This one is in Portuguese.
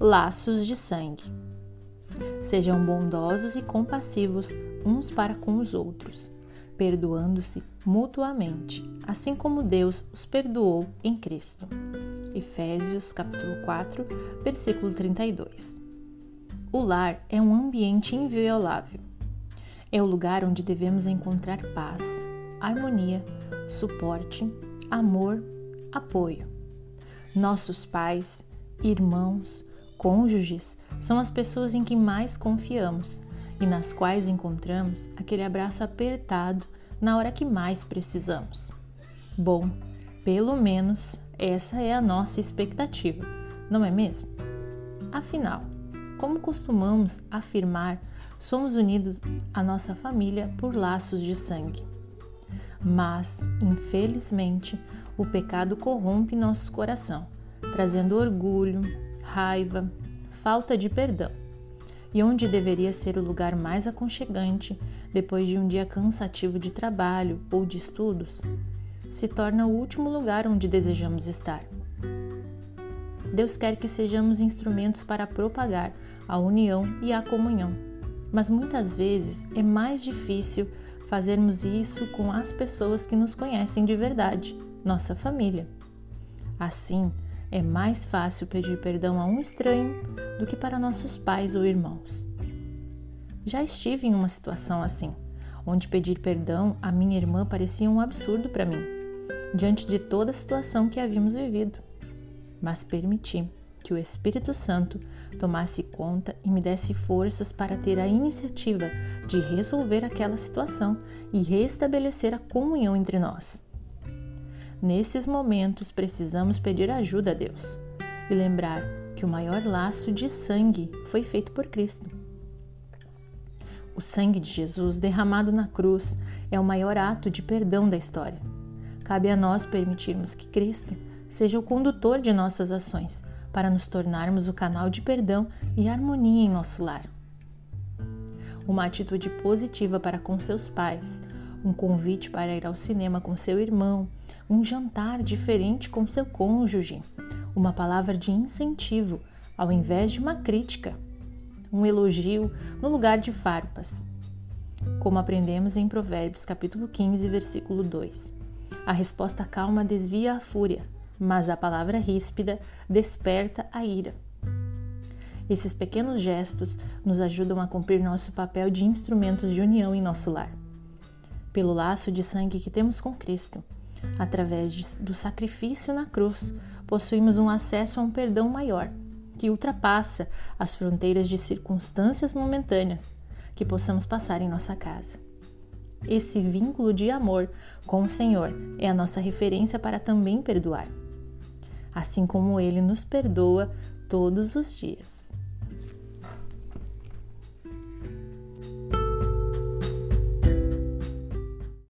laços de sangue. Sejam bondosos e compassivos uns para com os outros, perdoando-se mutuamente, assim como Deus os perdoou em Cristo. Efésios capítulo 4, versículo 32. O lar é um ambiente inviolável. É o lugar onde devemos encontrar paz, harmonia, suporte, amor, apoio. Nossos pais, irmãos, cônjuges são as pessoas em que mais confiamos e nas quais encontramos aquele abraço apertado na hora que mais precisamos. Bom, pelo menos essa é a nossa expectativa, não é mesmo? Afinal, como costumamos afirmar, somos unidos à nossa família por laços de sangue. Mas, infelizmente, o pecado corrompe nosso coração, trazendo orgulho, raiva, falta de perdão. E onde deveria ser o lugar mais aconchegante depois de um dia cansativo de trabalho ou de estudos, se torna o último lugar onde desejamos estar. Deus quer que sejamos instrumentos para propagar a união e a comunhão, mas muitas vezes é mais difícil fazermos isso com as pessoas que nos conhecem de verdade, nossa família. Assim, é mais fácil pedir perdão a um estranho do que para nossos pais ou irmãos. Já estive em uma situação assim, onde pedir perdão à minha irmã parecia um absurdo para mim, diante de toda a situação que havíamos vivido. Mas permiti que o Espírito Santo tomasse conta e me desse forças para ter a iniciativa de resolver aquela situação e restabelecer a comunhão entre nós. Nesses momentos, precisamos pedir ajuda a Deus e lembrar que o maior laço de sangue foi feito por Cristo. O sangue de Jesus derramado na cruz é o maior ato de perdão da história. Cabe a nós permitirmos que Cristo seja o condutor de nossas ações, para nos tornarmos o canal de perdão e harmonia em nosso lar. Uma atitude positiva para com seus pais, um convite para ir ao cinema com seu irmão, um jantar diferente com seu cônjuge, uma palavra de incentivo ao invés de uma crítica, um elogio no lugar de farpas. Como aprendemos em Provérbios capítulo 15, versículo 2. A resposta calma desvia a fúria, mas a palavra ríspida desperta a ira. Esses pequenos gestos nos ajudam a cumprir nosso papel de instrumentos de união em nosso lar. Pelo laço de sangue que temos com Cristo, através do sacrifício na cruz, possuímos um acesso a um perdão maior, que ultrapassa as fronteiras de circunstâncias momentâneas que possamos passar em nossa casa. Esse vínculo de amor com o Senhor é a nossa referência para também perdoar, assim como Ele nos perdoa todos os dias.